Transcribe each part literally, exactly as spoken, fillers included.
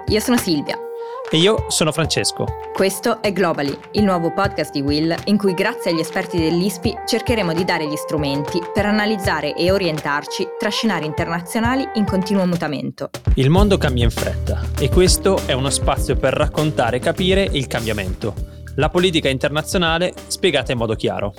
io sono Silvia. E io sono Francesco. Questo è Globally, il nuovo podcast di Will in cui grazie agli esperti dell'I S P I cercheremo di dare gli strumenti per analizzare e orientarci tra scenari internazionali in continuo mutamento. Il mondo cambia in fretta e questo è uno spazio per raccontare e capire il cambiamento. La politica internazionale spiegata in modo chiaro.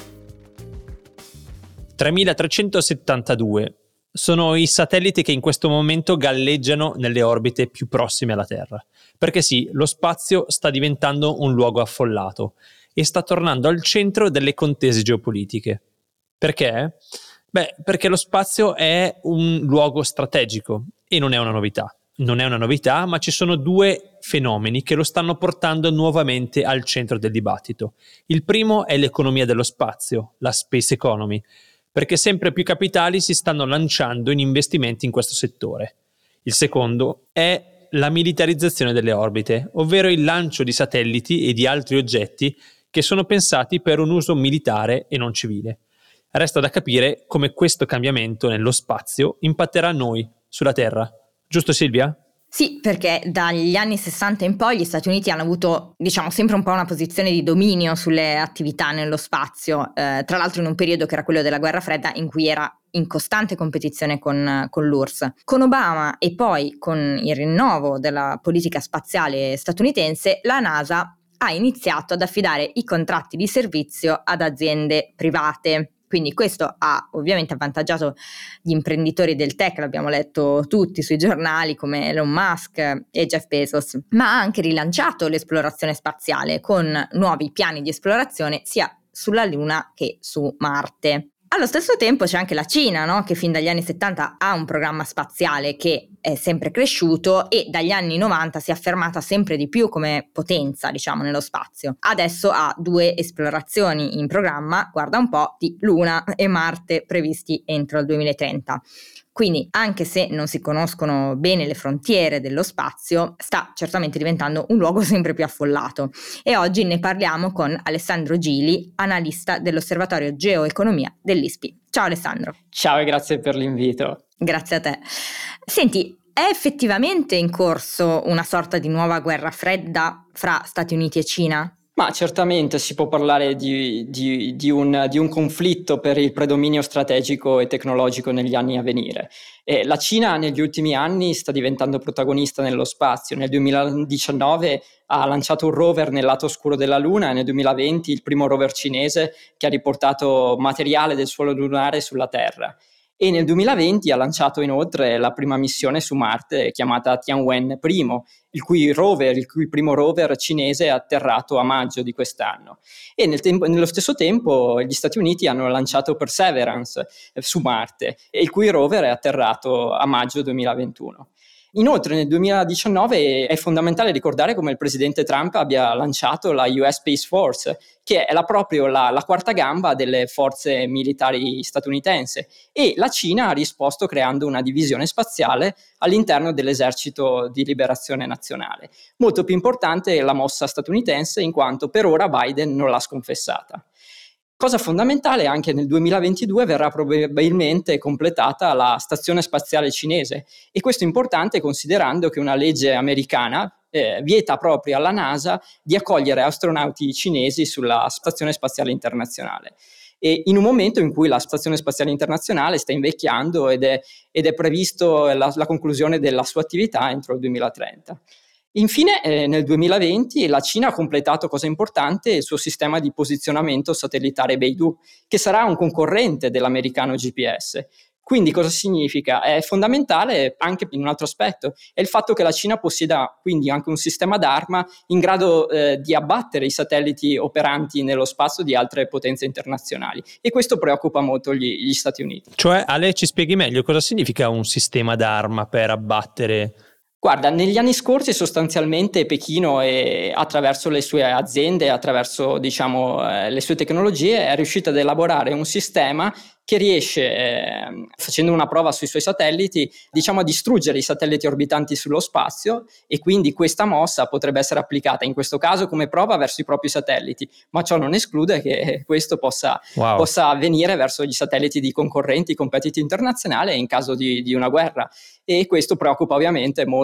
tremilatrecentosettantadue sono i satelliti che in questo momento galleggiano nelle orbite più prossime alla Terra. Perché sì, lo spazio sta diventando un luogo affollato e sta tornando al centro delle contese geopolitiche. Perché? Beh, perché lo spazio è un luogo strategico e non è una novità. Non è una novità, ma ci sono due fenomeni che lo stanno portando nuovamente al centro del dibattito. Il primo è l'economia dello spazio, la space economy, perché sempre più capitali si stanno lanciando in investimenti in questo settore. Il secondo è la militarizzazione delle orbite, ovvero il lancio di satelliti e di altri oggetti che sono pensati per un uso militare e non civile. Resta da capire come questo cambiamento nello spazio impatterà noi sulla Terra. Giusto, Silvia? Sì, perché dagli anni sessanta in poi gli Stati Uniti hanno avuto, diciamo, sempre un po' una posizione di dominio sulle attività nello spazio, eh, tra l'altro in un periodo che era quello della Guerra Fredda in cui era in costante competizione con, con l'U R S S. Con Obama e poi con il rinnovo della politica spaziale statunitense, la NASA ha iniziato ad affidare i contratti di servizio ad aziende private. Quindi questo ha ovviamente avvantaggiato gli imprenditori del tech, l'abbiamo letto tutti sui giornali come Elon Musk e Jeff Bezos, ma ha anche rilanciato l'esplorazione spaziale con nuovi piani di esplorazione sia sulla Luna che su Marte. Allo stesso tempo c'è anche la Cina, no? Che fin dagli anni settanta ha un programma spaziale che è sempre cresciuto e dagli anni novanta si è affermata sempre di più come potenza, diciamo, nello spazio. Adesso ha due esplorazioni in programma, guarda un po', di Luna e Marte previsti entro il duemilatrenta. Quindi, anche se non si conoscono bene le frontiere dello spazio, sta certamente diventando un luogo sempre più affollato. E oggi ne parliamo con Alessandro Gili, analista dell'Osservatorio Geoeconomia dell'I S P I. Ciao Alessandro. Ciao e grazie per l'invito. Grazie a te. Senti, è effettivamente in corso una sorta di nuova guerra fredda fra Stati Uniti e Cina? Ma certamente si può parlare di, di, di, un, di un conflitto per il predominio strategico e tecnologico negli anni a venire. E la Cina negli ultimi anni sta diventando protagonista nello spazio. Nel duemiladiciannove ha lanciato un rover nel lato oscuro della Luna e nel duemilaventi il primo rover cinese che ha riportato materiale del suolo lunare sulla Terra. E nel duemilaventi ha lanciato inoltre la prima missione su Marte chiamata Tianwen uno, il cui rover, il cui primo rover cinese è atterrato a maggio di quest'anno. E nel tempo, nello stesso tempo gli Stati Uniti hanno lanciato Perseverance eh, su Marte, e il cui rover è atterrato a maggio duemilaventuno. Inoltre nel duemiladiciannove è fondamentale ricordare come il presidente Trump abbia lanciato la U S Space Force, che è la, proprio la, la quarta gamba delle forze militari statunitense, e la Cina ha risposto creando una divisione spaziale all'interno dell'esercito di liberazione nazionale. Molto più importante è la mossa statunitense in quanto per ora Biden non l'ha sconfessata. Cosa fondamentale, anche nel duemilaventidue verrà probabilmente completata la stazione spaziale cinese, e questo è importante considerando che una legge americana eh, vieta proprio alla NASA di accogliere astronauti cinesi sulla stazione spaziale internazionale. E in un momento in cui la stazione spaziale internazionale sta invecchiando ed è, ed è previsto la, la conclusione della sua attività entro il duemilatrenta. Infine, eh, nel duemilaventi la Cina ha completato, cosa importante, il suo sistema di posizionamento satellitare Beidou, che sarà un concorrente dell'americano G P S. Quindi cosa significa? È fondamentale anche in un altro aspetto, è il fatto che la Cina possieda quindi anche un sistema d'arma in grado eh, di abbattere i satelliti operanti nello spazio di altre potenze internazionali, e questo preoccupa molto gli, gli Stati Uniti. Cioè, Ale, ci spieghi meglio cosa significa un sistema d'arma per abbattere? Guarda, negli anni scorsi sostanzialmente Pechino, è, attraverso le sue aziende, attraverso diciamo eh, le sue tecnologie, è riuscita ad elaborare un sistema che riesce, eh, facendo una prova sui suoi satelliti, diciamo a distruggere i satelliti orbitanti sullo spazio, e quindi questa mossa potrebbe essere applicata in questo caso come prova verso i propri satelliti, ma ciò non esclude che questo possa, wow. possa avvenire verso gli satelliti di concorrenti, competitor internazionali in caso di, di una guerra, e questo preoccupa ovviamente molto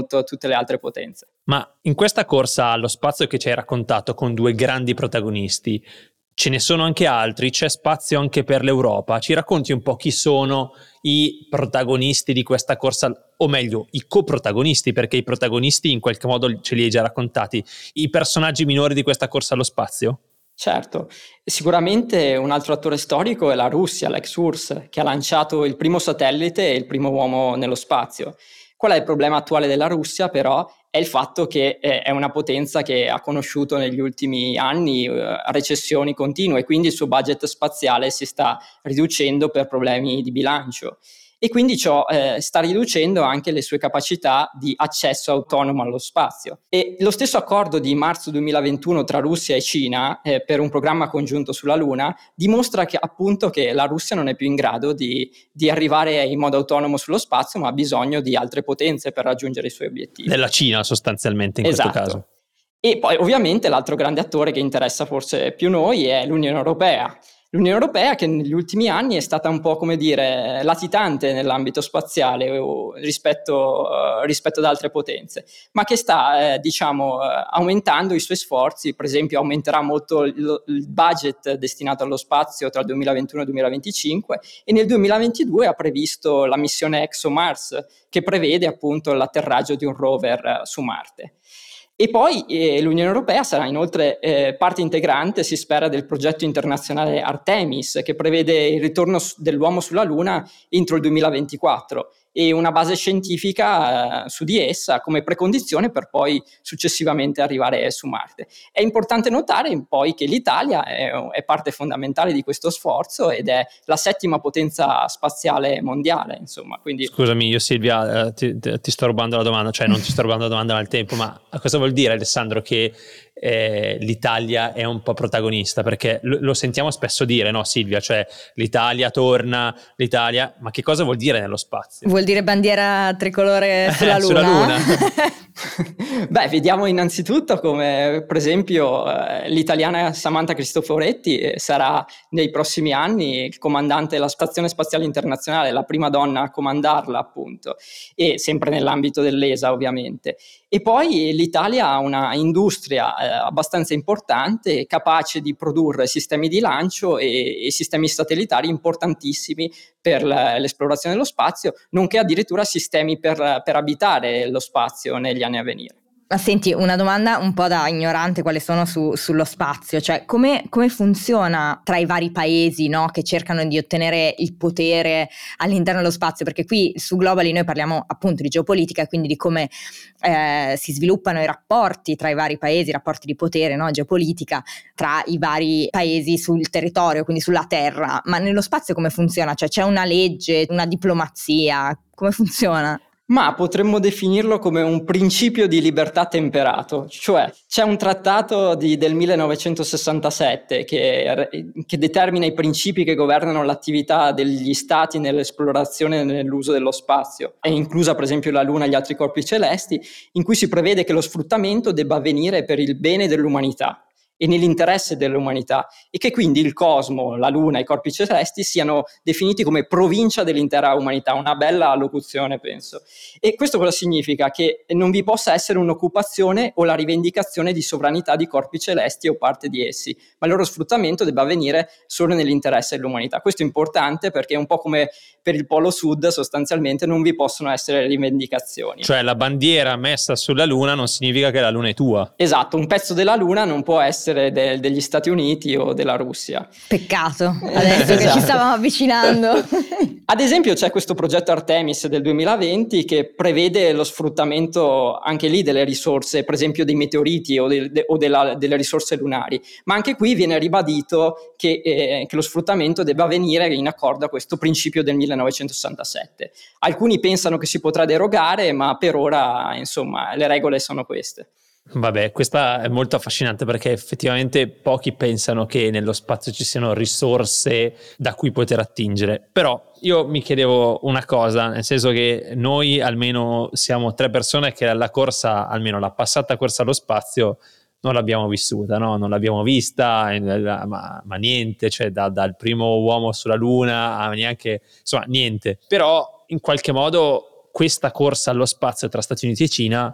prodotto tutte le altre potenze. Ma in questa corsa allo spazio che ci hai raccontato con due grandi protagonisti, ce ne sono anche altri? C'è spazio anche per l'Europa? Ci racconti un po' chi sono i protagonisti di questa corsa, o meglio, i coprotagonisti, perché i protagonisti in qualche modo ce li hai già raccontati, i personaggi minori di questa corsa allo spazio? Certo, sicuramente un altro attore storico è la Russia, l'ex U R S S, che ha lanciato il primo satellite e il primo uomo nello spazio. Qual è il problema attuale della Russia, però? È il fatto che eh, è una potenza che ha conosciuto negli ultimi anni eh, recessioni continue, quindi il suo budget spaziale si sta riducendo per problemi di bilancio. E quindi ciò eh, sta riducendo anche le sue capacità di accesso autonomo allo spazio. E lo stesso accordo di marzo duemilaventuno tra Russia e Cina eh, per un programma congiunto sulla Luna dimostra che appunto che la Russia non è più in grado di, di arrivare in modo autonomo sullo spazio, ma ha bisogno di altre potenze per raggiungere i suoi obiettivi. Della Cina sostanzialmente in esatto. questo caso. E poi ovviamente l'altro grande attore che interessa forse più noi è l'Unione Europea. L'Unione Europea che negli ultimi anni è stata un po', come dire, latitante nell'ambito spaziale rispetto, uh, rispetto ad altre potenze, ma che sta, eh, diciamo, uh, aumentando i suoi sforzi. Per esempio aumenterà molto il, il budget destinato allo spazio tra il duemilaventuno e il duemilaventicinque, e nel duemilaventidue ha previsto la missione ExoMars, che prevede appunto l'atterraggio di un rover uh, su Marte. E poi eh, l'Unione Europea sarà inoltre eh, parte integrante, si spera, del progetto internazionale Artemis, che prevede il ritorno dell'uomo sulla Luna entro il duemilaventiquattro e una base scientifica eh, su di essa come precondizione per poi successivamente arrivare su Marte. È importante notare poi che l'Italia è, è parte fondamentale di questo sforzo ed è la settima potenza spaziale mondiale, insomma. Quindi... Scusami, io Silvia eh, ti, ti sto rubando la domanda, cioè non ti sto rubando la domanda nel tempo, ma cosa vuol dire, Alessandro, che eh, l'Italia è un po' protagonista? Perché lo, lo sentiamo spesso dire, no Silvia? Cioè l'Italia torna, l'Italia, ma che cosa vuol dire nello spazio? Vuol dire bandiera tricolore sulla Luna? Sulla Luna. Beh, vediamo innanzitutto come, per esempio, eh, l'italiana Samantha Cristoforetti eh, sarà nei prossimi anni il comandante della Stazione Spaziale Internazionale, la prima donna a comandarla, appunto, e sempre nell'ambito dell'E S A, ovviamente. E poi l'Italia ha una industria eh, abbastanza importante, capace di produrre sistemi di lancio e, e sistemi satellitari importantissimi per la, l'esplorazione dello spazio, nonché addirittura sistemi per, per abitare lo spazio negli anni a venire. Ma senti, una domanda un po' da ignorante quale sono su, sullo spazio, cioè come, come funziona tra i vari paesi, no, che cercano di ottenere il potere all'interno dello spazio, perché qui su Globally noi parliamo appunto di geopolitica e quindi di come eh, si sviluppano i rapporti tra i vari paesi, i rapporti di potere, no, geopolitica tra i vari paesi sul territorio, quindi sulla terra, ma nello spazio come funziona? Cioè c'è una legge, una diplomazia, come funziona? Ma potremmo definirlo come un principio di libertà temperato, cioè c'è un trattato di, del millenovecentosessantasette che, che determina i principi che governano l'attività degli stati nell'esplorazione e nell'uso dello spazio, è inclusa per esempio la Luna e gli altri corpi celesti, in cui si prevede che lo sfruttamento debba avvenire per il bene dell'umanità e nell'interesse dell'umanità, e che quindi il cosmo, la Luna e i corpi celesti siano definiti come provincia dell'intera umanità. Una bella locuzione, penso. E questo cosa significa? Che non vi possa essere un'occupazione o la rivendicazione di sovranità di corpi celesti o parte di essi, ma il loro sfruttamento debba avvenire solo nell'interesse dell'umanità. Questo è importante perché è un po' come per il Polo Sud, sostanzialmente non vi possono essere rivendicazioni. Cioè la bandiera messa sulla Luna non significa che la Luna è tua. Esatto, un pezzo della Luna non può essere De, degli Stati Uniti o della Russia. Peccato, adesso esatto. che ci stavamo avvicinando. Ad esempio c'è questo progetto Artemis del duemilaventi che prevede lo sfruttamento anche lì delle risorse, per esempio dei meteoriti o, de, de, o della, delle risorse lunari, ma anche qui viene ribadito che, eh, che lo sfruttamento debba avvenire in accordo a questo principio del millenovecentosessantasette. Alcuni pensano che si potrà derogare, ma per ora insomma le regole sono queste. Vabbè, questa è molto affascinante perché effettivamente pochi pensano che nello spazio ci siano risorse da cui poter attingere, però io mi chiedevo una cosa, nel senso che noi almeno siamo tre persone che la corsa, almeno la passata corsa allo spazio, non l'abbiamo vissuta, no? Non l'abbiamo vista, ma, ma niente, cioè da, dal primo uomo sulla Luna a neanche, insomma niente, però in qualche modo questa corsa allo spazio tra Stati Uniti e Cina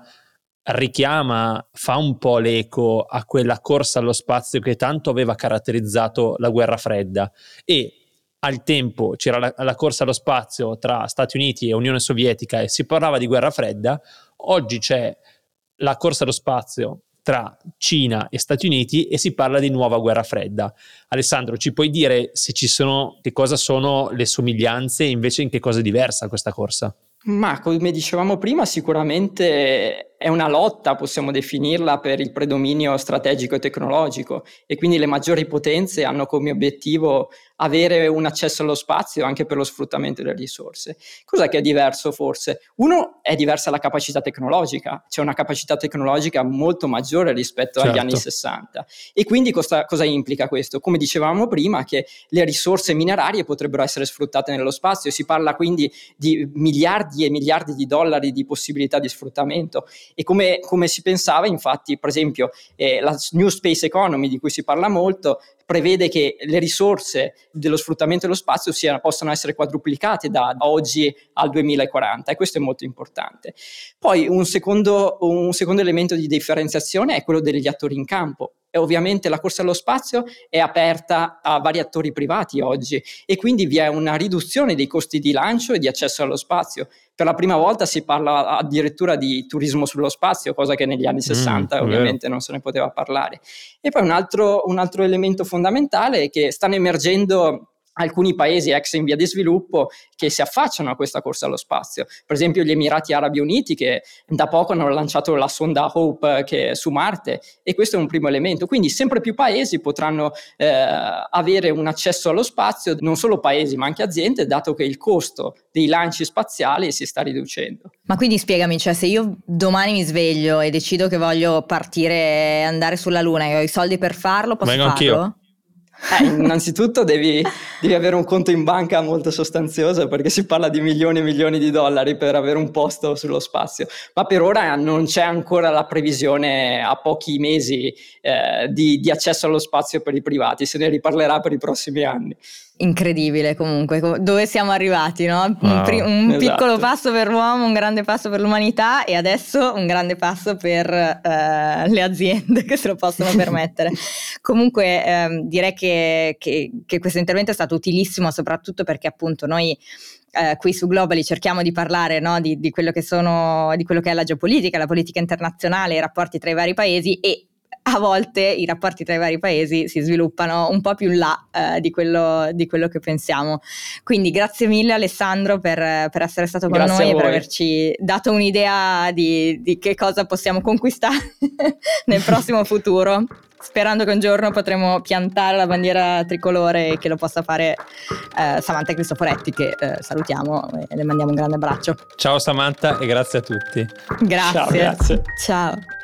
richiama, fa un po' l'eco a quella corsa allo spazio che tanto aveva caratterizzato la guerra fredda. E al tempo c'era la, la corsa allo spazio tra Stati Uniti e Unione Sovietica e si parlava di guerra fredda. Oggi c'è la corsa allo spazio tra Cina e Stati Uniti e si parla di nuova guerra fredda. Alessandro, ci puoi dire se ci sono, che cosa sono le somiglianze e invece in che cosa è diversa questa corsa? Ma come dicevamo prima, sicuramente è una lotta, possiamo definirla, per il predominio strategico e tecnologico, e quindi le maggiori potenze hanno come obiettivo avere un accesso allo spazio anche per lo sfruttamento delle risorse. Cos'è che è diverso forse? Uno, è diversa la capacità tecnologica, c'è una capacità tecnologica molto maggiore rispetto certo. agli anni sessanta, e quindi cosa, cosa implica questo? Come dicevamo prima, che le risorse minerarie potrebbero essere sfruttate nello spazio, si parla quindi di miliardi e miliardi di dollari di possibilità di sfruttamento. E come, come si pensava, infatti, per esempio, eh, la New Space Economy, di cui si parla molto, prevede che le risorse dello sfruttamento dello spazio siano, possano essere quadruplicate da oggi al duemilaquaranta, e questo è molto importante. Poi un secondo, un secondo elemento di differenziazione è quello degli attori in campo. E ovviamente la corsa allo spazio è aperta a vari attori privati oggi, e quindi vi è una riduzione dei costi di lancio e di accesso allo spazio. Per la prima volta si parla addirittura di turismo sullo spazio, cosa che negli anni sessanta mm, ovviamente non se ne poteva parlare. E poi un altro, un altro elemento fondamentale è che stanno emergendo alcuni paesi ex in via di sviluppo che si affacciano a questa corsa allo spazio, per esempio gli Emirati Arabi Uniti, che da poco hanno lanciato la sonda Hope che è su Marte, e questo è un primo elemento. Quindi sempre più paesi potranno eh, avere un accesso allo spazio, non solo paesi ma anche aziende, dato che il costo dei lanci spaziali si sta riducendo. Ma quindi spiegami, cioè se io domani mi sveglio e decido che voglio partire e andare sulla Luna e ho i soldi per farlo, posso Vengo farlo? Anch'io. Eh, innanzitutto devi, devi avere un conto in banca molto sostanzioso, perché si parla di milioni e milioni di dollari per avere un posto sullo spazio, ma per ora non c'è ancora la previsione a pochi mesi eh, di, di accesso allo spazio per i privati, se ne riparlerà per i prossimi anni. Incredibile comunque, dove siamo arrivati, no? Wow. Un, pri- un Esatto. piccolo passo per l'uomo, un grande passo per l'umanità, e adesso un grande passo per eh, le aziende che se lo possono permettere. Comunque ehm, direi che, che, che questo intervento è stato utilissimo, soprattutto perché appunto noi Eh, qui su Globally cerchiamo di parlare, no, di, di quello che sono, di quello che è la geopolitica, la politica internazionale, i rapporti tra i vari paesi, e a volte i rapporti tra i vari paesi si sviluppano un po' più in là eh, di, quello, di quello che pensiamo. Quindi grazie mille Alessandro per, per essere stato con Grazie noi e per voi. averci dato un'idea di, di che cosa possiamo conquistare nel prossimo futuro, sperando che un giorno potremo piantare la bandiera tricolore e che lo possa fare eh, Samantha Cristoforetti, che eh, salutiamo e le mandiamo un grande abbraccio. Ciao Samantha e grazie a tutti. Grazie. Ciao, grazie. Ciao.